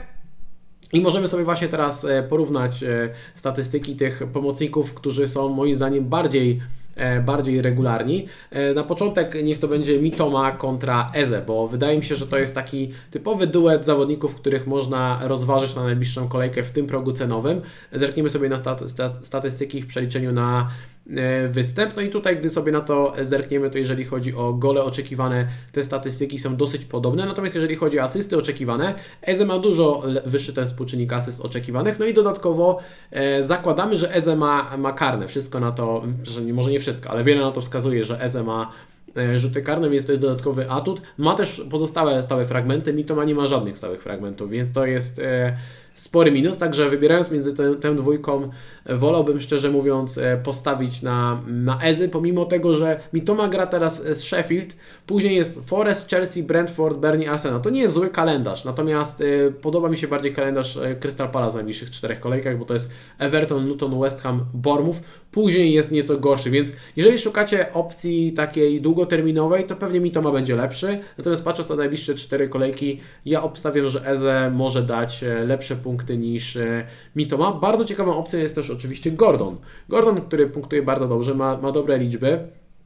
I możemy sobie właśnie teraz porównać statystyki tych pomocników, którzy są moim zdaniem bardziej, bardziej regularni. Na początek niech to będzie Mitoma kontra Eze, bo wydaje mi się, że to jest taki typowy duet zawodników, których można rozważyć na najbliższą kolejkę w tym progu cenowym. Zerkniemy sobie na stat- stat- statystyki w przeliczeniu na występ. No i tutaj, gdy sobie na to zerkniemy, to jeżeli chodzi o gole oczekiwane, te statystyki są dosyć podobne. Natomiast jeżeli chodzi o asysty oczekiwane, Eze ma dużo wyższy ten współczynnik asyst oczekiwanych. No i dodatkowo e, zakładamy, że Eze ma, ma karne. Wszystko na to, że może nie wszystko, ale wiele na to wskazuje, że Eze ma e, rzuty karne, więc to jest dodatkowy atut. Ma też pozostałe stałe fragmenty. Mitoma nie ma żadnych stałych fragmentów, więc to jest... E, spory minus, także wybierając między tę, tę dwójką wolałbym szczerze mówiąc postawić na, na Ezy, pomimo tego, że Mitoma gra teraz z Sheffield, później jest Forest, Chelsea, Brentford, Burnley, Arsenal. To nie jest zły kalendarz, natomiast y, podoba mi się bardziej kalendarz y, Crystal Palace w najbliższych czterech kolejkach, bo to jest Everton, Luton, West Ham, Bournemouth. Później jest nieco gorszy, więc jeżeli szukacie opcji takiej długoterminowej, to pewnie Mitoma będzie lepszy. Natomiast patrząc na najbliższe cztery kolejki, ja obstawiam, że Eze może dać lepsze punkty niż Mitoma. Bardzo ciekawą opcją jest też oczywiście Gordon. Gordon, który punktuje bardzo dobrze, ma, ma dobre liczby.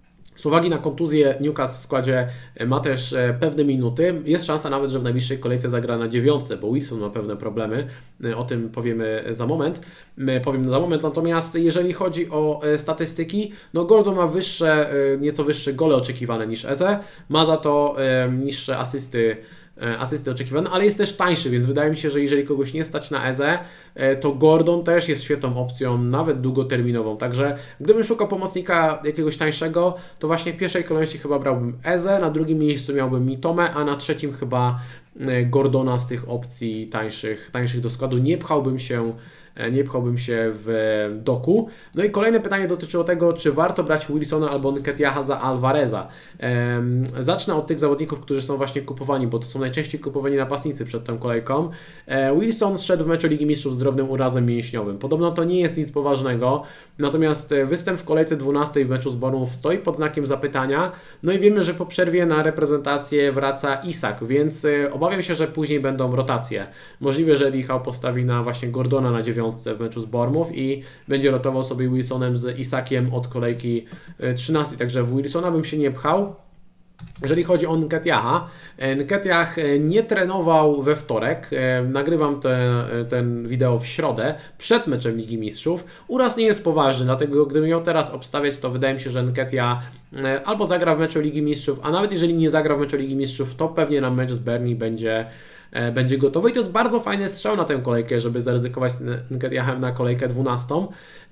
Z uwagi na kontuzję Newcastle w składzie ma też pewne minuty. Jest szansa nawet, że w najbliższej kolejce zagra na dziewiątce, bo Wilson ma pewne problemy. O tym powiemy za moment. Powiem za moment. Natomiast jeżeli chodzi o statystyki, no Gordon ma wyższe, nieco wyższe gole oczekiwane niż Eze. Ma za to niższe asysty asysty oczekiwane, ale jest też tańszy, więc wydaje mi się, że jeżeli kogoś nie stać na Eze, to Gordon też jest świetną opcją, nawet długoterminową. Także gdybym szukał pomocnika jakiegoś tańszego, to właśnie w pierwszej kolejności chyba brałbym Eze, na drugim miejscu miałbym Mitomę, a na trzecim chyba Gordona z tych opcji tańszych, tańszych do składu. Nie pchałbym się nie pchałbym się w Doku. No i kolejne pytanie dotyczyło tego, czy warto brać Wilsona albo Nketiaha za Alvareza. Ehm, zacznę od tych zawodników, którzy są właśnie kupowani, bo to są najczęściej kupowani napastnicy przed tą kolejką. E, Wilson zszedł w meczu Ligi Mistrzów z drobnym urazem mięśniowym. Podobno to nie jest nic poważnego, natomiast występ w kolejce dwunastej w meczu z Bournemouth stoi pod znakiem zapytania. No i wiemy, że po przerwie na reprezentację wraca Isak, więc obawiam się, że później będą rotacje. Możliwe, że Eddie Howe postawi na właśnie Gordona na dziewiątce w meczu z Bournemouth i będzie rotował sobie Wilsonem z Isakiem od kolejki trzynastej, także w Wilsona bym się nie pchał. Jeżeli chodzi o Nketiaha, Nketiah nie trenował we wtorek, nagrywam te, ten wideo w środę, przed meczem Ligi Mistrzów. Uraz nie jest poważny, dlatego gdybym miał teraz obstawiać, to wydaje mi się, że Nketiah albo zagra w meczu Ligi Mistrzów, a nawet jeżeli nie zagra w meczu Ligi Mistrzów, to pewnie na mecz z Burnley będzie będzie gotowy i to jest bardzo fajny strzał na tę kolejkę, żeby zaryzykować z Nketiahem na kolejkę dwunastą.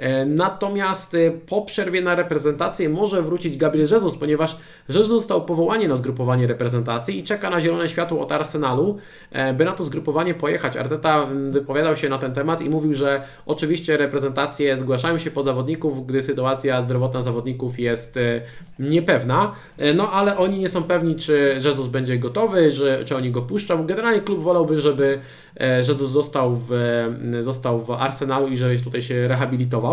Natomiast po przerwie na reprezentację może wrócić Gabriel Jesus, ponieważ Jesus dostał powołanie na zgrupowanie reprezentacji i czeka na zielone światło od Arsenalu, by na to zgrupowanie pojechać. Arteta wypowiadał się na ten temat i mówił, że oczywiście reprezentacje zgłaszają się po zawodników, gdy sytuacja zdrowotna zawodników jest niepewna, no ale oni nie są pewni, czy Jesus będzie gotowy, że, czy oni go puszczą. Generalnie klub wolałby, żeby Jesus został w, został w Arsenalu i żeby tutaj się rehabilitował.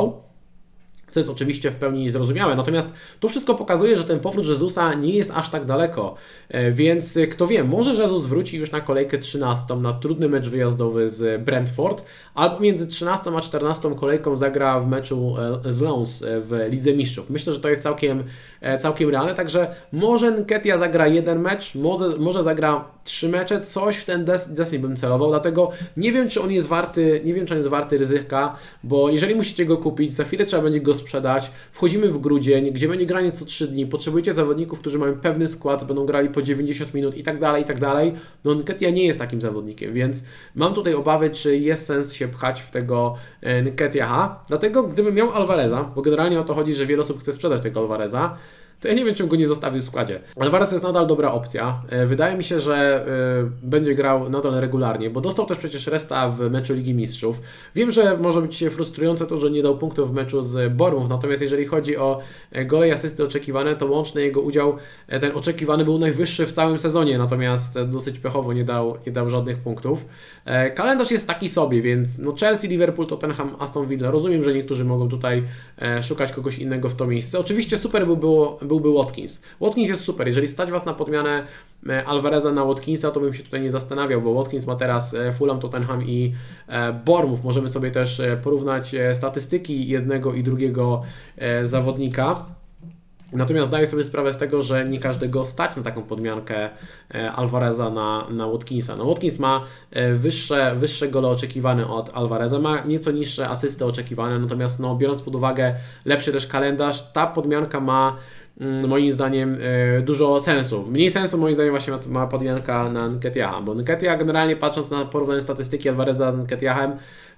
Co jest oczywiście w pełni zrozumiałe. Natomiast to wszystko pokazuje, że ten powrót Jezusa nie jest aż tak daleko. Więc kto wie, może Jesus wróci już na kolejkę trzynastą, na trudny mecz wyjazdowy z Brentford, albo między trzynastą a czternastą kolejką zagra w meczu z Lens w Lidze Mistrzów. Myślę, że to jest całkiem, całkiem realne, także może Nketiah zagra jeden mecz, może, może zagra trzy mecze, coś w ten deseń bym celował, dlatego nie wiem, czy on jest warty, nie wiem, czy on jest warty ryzyka, bo jeżeli musicie go kupić, za chwilę trzeba będzie go sprzedać, wchodzimy w grudzień, gdzie będzie granie co trzy dni, potrzebujecie zawodników, którzy mają pewny skład, będą grali po dziewięćdziesiąt minut i tak dalej, i tak dalej. No Nketiah nie jest takim zawodnikiem, więc mam tutaj obawy, czy jest sens się pchać w tego Nketiaha, dlatego gdybym miał Alvareza, bo generalnie o to chodzi, że wiele osób chce sprzedać tego Alvareza, to ja nie wiem, czym go nie zostawił w składzie. Alvarez to jest nadal dobra opcja. Wydaje mi się, że y, będzie grał nadal regularnie, bo dostał też przecież resta w meczu Ligi Mistrzów. Wiem, że może być frustrujące to, że nie dał punktów w meczu z Bournemouth, natomiast jeżeli chodzi o gole i asysty oczekiwane, to łączny jego udział, ten oczekiwany był najwyższy w całym sezonie, natomiast dosyć pechowo nie dał, nie dał żadnych punktów. Kalendarz jest taki sobie, więc no Chelsea, Liverpool, Tottenham, Aston Villa. Rozumiem, że niektórzy mogą tutaj szukać kogoś innego w to miejsce. Oczywiście super by było, byłby Watkins. Watkins jest super. Jeżeli stać Was na podmianę Alvareza na Watkinsa, to bym się tutaj nie zastanawiał, bo Watkins ma teraz Fulham, Tottenham i Bournemouth. Możemy sobie też porównać statystyki jednego i drugiego zawodnika. Natomiast zdaję sobie sprawę z tego, że nie każdego stać na taką podmiankę Alvareza na, na Watkinsa. No Watkins ma wyższe, wyższe gole oczekiwane od Alvareza, ma nieco niższe asysty oczekiwane, natomiast no, biorąc pod uwagę lepszy też kalendarz, ta podmianka ma moim zdaniem dużo sensu. Mniej sensu moim zdaniem właśnie ma podmianka na Nketiaha, bo Nketiah generalnie patrząc na porównanie statystyki Alvareza z Nketiahem,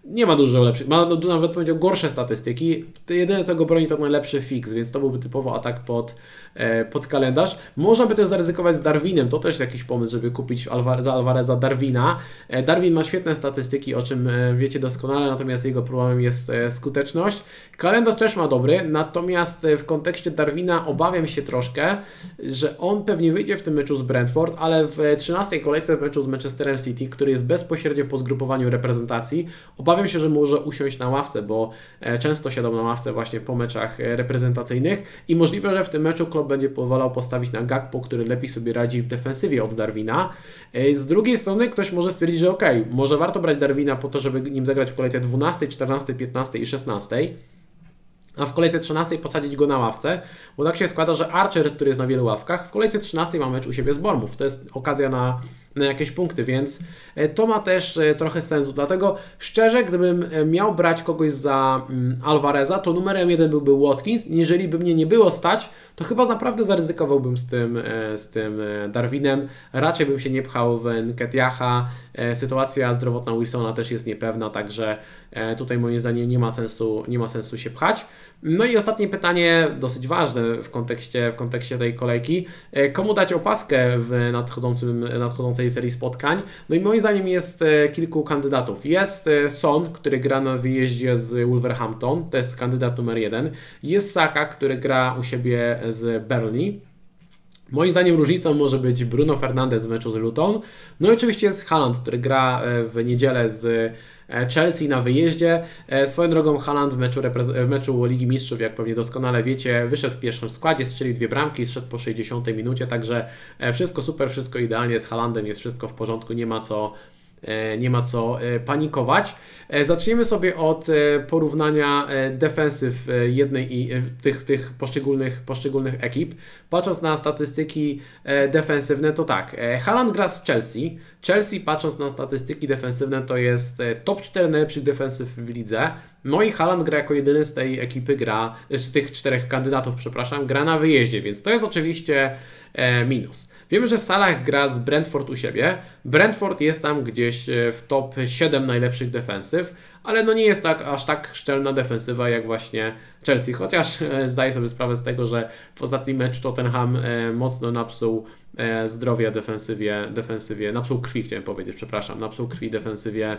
nie ma dużo lepszych, ma nawet powiedział gorsze statystyki. Jedyne co go broni to najlepszy fix, więc to byłby typowo atak pod, pod kalendarz. Można by też zaryzykować z Darwinem, to też jakiś pomysł, żeby kupić Alvar- za Alvareza Darwina. Darwin ma świetne statystyki, o czym wiecie doskonale, natomiast jego problemem jest skuteczność. Kalendarz też ma dobry, natomiast w kontekście Darwina obawiam się troszkę, że on pewnie wyjdzie w tym meczu z Brentford, ale w trzynastej kolejce w meczu z Manchesterem City, który jest bezpośrednio po zgrupowaniu reprezentacji, obawiam się, że może usiąść na ławce, bo często siadał na ławce właśnie po meczach reprezentacyjnych i możliwe, że w tym meczu Klopp będzie pozwalał postawić na Gakpo, który lepiej sobie radzi w defensywie od Darwina. Z drugiej strony ktoś może stwierdzić, że okej, okay, może warto brać Darwina po to, żeby nim zagrać w kolejce dwunastej, czternastej, piętnastej i szesnastej. A w kolejce trzynastej posadzić go na ławce, bo tak się składa, że Archer, który jest na wielu ławkach, w kolejce trzynastej ma mecz u siebie z Bournemouth. To jest okazja na, na jakieś punkty, więc to ma też trochę sensu. Dlatego szczerze, gdybym miał brać kogoś za Alvareza, to numerem jeden byłby Watkins. Jeżeli by mnie nie było stać, to chyba naprawdę zaryzykowałbym z tym, z tym Darwinem. Raczej bym się nie pchał w Nketiaha. Sytuacja zdrowotna Wilsona też jest niepewna, także tutaj moim zdaniem nie ma sensu, nie ma sensu się pchać. No i ostatnie pytanie, dosyć ważne w kontekście, w kontekście tej kolejki. Komu dać opaskę w nadchodzącym, nadchodzącej serii spotkań? No i moim zdaniem jest kilku kandydatów. Jest Son, który gra na wyjeździe z Wolverhampton, to jest kandydat numer jeden. Jest Saka, który gra u siebie z Burnley. Moim zdaniem różnicą może być Bruno Fernandes w meczu z Luton. No i oczywiście jest Haaland, który gra w niedzielę z Chelsea na wyjeździe. Swoją drogą Haaland w meczu, w meczu Ligi Mistrzów, jak pewnie doskonale wiecie, wyszedł w pierwszym składzie, strzelił dwie bramki, zszedł po sześćdziesiątej minucie, także wszystko super, wszystko idealnie, z Haalandem jest wszystko w porządku, nie ma co nie ma co panikować. Zaczniemy sobie od porównania defensyw jednej i tych, tych poszczególnych, poszczególnych ekip. Patrząc na statystyki defensywne, to tak, Haaland gra z Chelsea. Chelsea, patrząc na statystyki defensywne, to jest top cztery najlepszych defensyw w lidze. No i Haaland gra jako jedyny z tej ekipy, gra, z tych czterech kandydatów, przepraszam, gra na wyjeździe, więc to jest oczywiście minus. Wiemy, że Salah gra z Brentford u siebie. Brentford jest tam gdzieś w top siedem najlepszych defensyw, ale no nie jest tak, aż tak szczelna defensywa jak właśnie Chelsea, chociaż zdaję sobie sprawę z tego, że w ostatnim meczu Tottenham mocno napsuł zdrowia defensywie, defensywie, napsuł krwi chciałem powiedzieć, przepraszam, napsuł krwi defensywie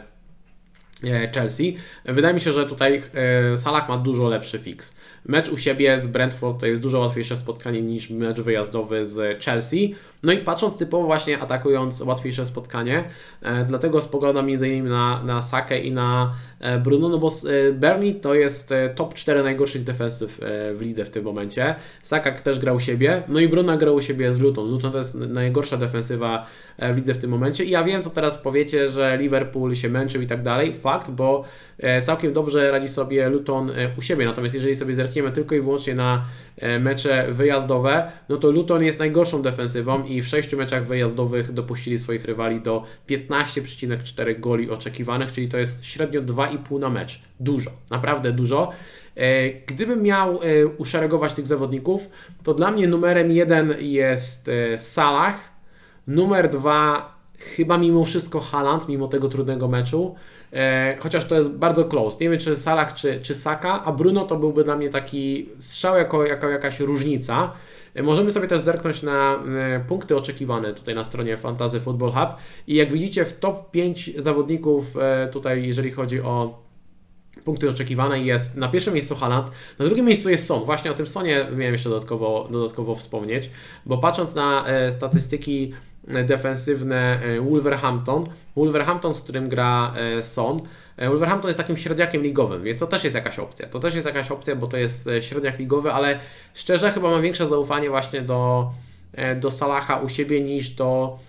Chelsea. Wydaje mi się, że tutaj Salah ma dużo lepszy fix. Mecz u siebie z Brentford to jest dużo łatwiejsze spotkanie niż mecz wyjazdowy z Chelsea. No i patrząc typowo właśnie atakując łatwiejsze spotkanie, e, dlatego spoglądam między innymi na, na Sakę i na e, Bruno, no bo e, Burnley to jest e, top cztery najgorszych defensyw e, w lidze w tym momencie. Saka też grał u siebie, no i Bruno grał u siebie z Luton. Luton to jest najgorsza defensywa e, w lidze w tym momencie i ja wiem, co teraz powiecie, że Liverpool się męczył i tak dalej. Fakt, bo e, całkiem dobrze radzi sobie Luton e, u siebie, natomiast jeżeli sobie zerkniemy tylko i wyłącznie na e, mecze wyjazdowe, no to Luton jest najgorszą defensywą i w sześciu meczach wyjazdowych dopuścili swoich rywali do piętnaście przecinek cztery goli oczekiwanych, czyli to jest średnio dwa i pół na mecz. Dużo, naprawdę dużo. Gdybym miał uszeregować tych zawodników, to dla mnie numerem jeden jest Salah, numer dwa chyba mimo wszystko Haaland, mimo tego trudnego meczu, chociaż to jest bardzo close. Nie wiem, czy Salah, czy, czy Saka, a Bruno to byłby dla mnie taki strzał jako, jako jakaś różnica. Możemy sobie też zerknąć na punkty oczekiwane tutaj na stronie Fantasy Football Hub i jak widzicie w top pięć zawodników tutaj, jeżeli chodzi o punkty oczekiwane, jest na pierwszym miejscu Haaland, na drugim miejscu jest Son. Właśnie o tym Sonie miałem jeszcze dodatkowo, dodatkowo wspomnieć, bo patrząc na statystyki defensywne Wolverhampton, Wolverhampton, z którym gra Son, Wolverhampton jest takim średniakiem ligowym, więc to też jest jakaś opcja. To też jest jakaś opcja, bo to jest średniak ligowy, ale szczerze chyba mam większe zaufanie właśnie do, do Salaha u siebie niż do,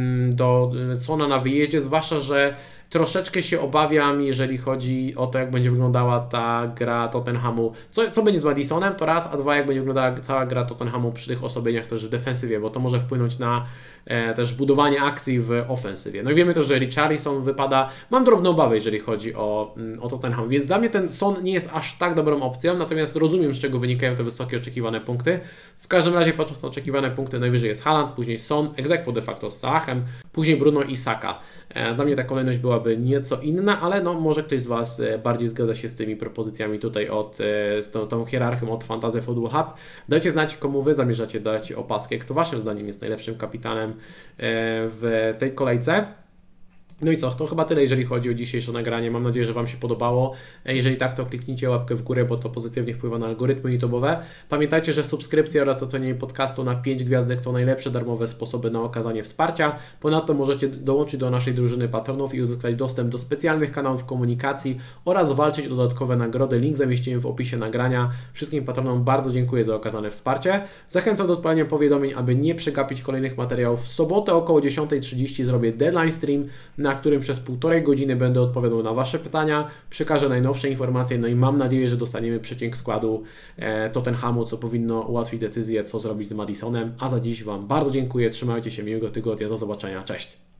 do Sona na wyjeździe, zwłaszcza, że troszeczkę się obawiam, jeżeli chodzi o to, jak będzie wyglądała ta gra Tottenhamu. Co, co będzie z Madisonem, to raz, a dwa, jak będzie wyglądała cała gra Tottenhamu przy tych osobieniach też w defensywie, bo to może wpłynąć na e, też budowanie akcji w ofensywie. No i wiemy też, że Richarlison wypada. Mam drobne obawy, jeżeli chodzi o, o Tottenham, więc dla mnie ten Son nie jest aż tak dobrą opcją, natomiast rozumiem, z czego wynikają te wysokie oczekiwane punkty. W każdym razie, patrząc na oczekiwane punkty, najwyżej jest Haaland, później Son, ex aequo de facto z Salahem, później Bruno i Saka. E, dla mnie ta kolejność byłaby byłaby nieco inna, ale no może ktoś z Was bardziej zgadza się z tymi propozycjami tutaj od, z tą, tą hierarchią od Fantasy Football Hub. Dajcie znać, komu Wy zamierzacie dać opaskę, kto Waszym zdaniem jest najlepszym kapitanem w tej kolejce. No i co, to chyba tyle, jeżeli chodzi o dzisiejsze nagranie. Mam nadzieję, że Wam się podobało. Jeżeli tak, to kliknijcie łapkę w górę, bo to pozytywnie wpływa na algorytmy YouTube'owe. Pamiętajcie, że subskrypcja oraz ocenienie podcastu na pięć gwiazdek to najlepsze darmowe sposoby na okazanie wsparcia. Ponadto możecie dołączyć do naszej drużyny patronów i uzyskać dostęp do specjalnych kanałów komunikacji oraz walczyć o dodatkowe nagrody. Link zamieściłem w opisie nagrania. Wszystkim patronom bardzo dziękuję za okazane wsparcie. Zachęcam do odpalenia powiadomień, aby nie przegapić kolejnych materiałów. W sobotę około dziesiąta trzydzieści zrobię deadline stream, na którym przez półtorej godziny będę odpowiadał na Wasze pytania, przekażę najnowsze informacje, no i mam nadzieję, że dostaniemy przecięg składu e, Tottenhamu, co powinno ułatwić decyzję, co zrobić z Madisonem. A za dziś Wam bardzo dziękuję, trzymajcie się, miłego tygodnia, do zobaczenia, cześć!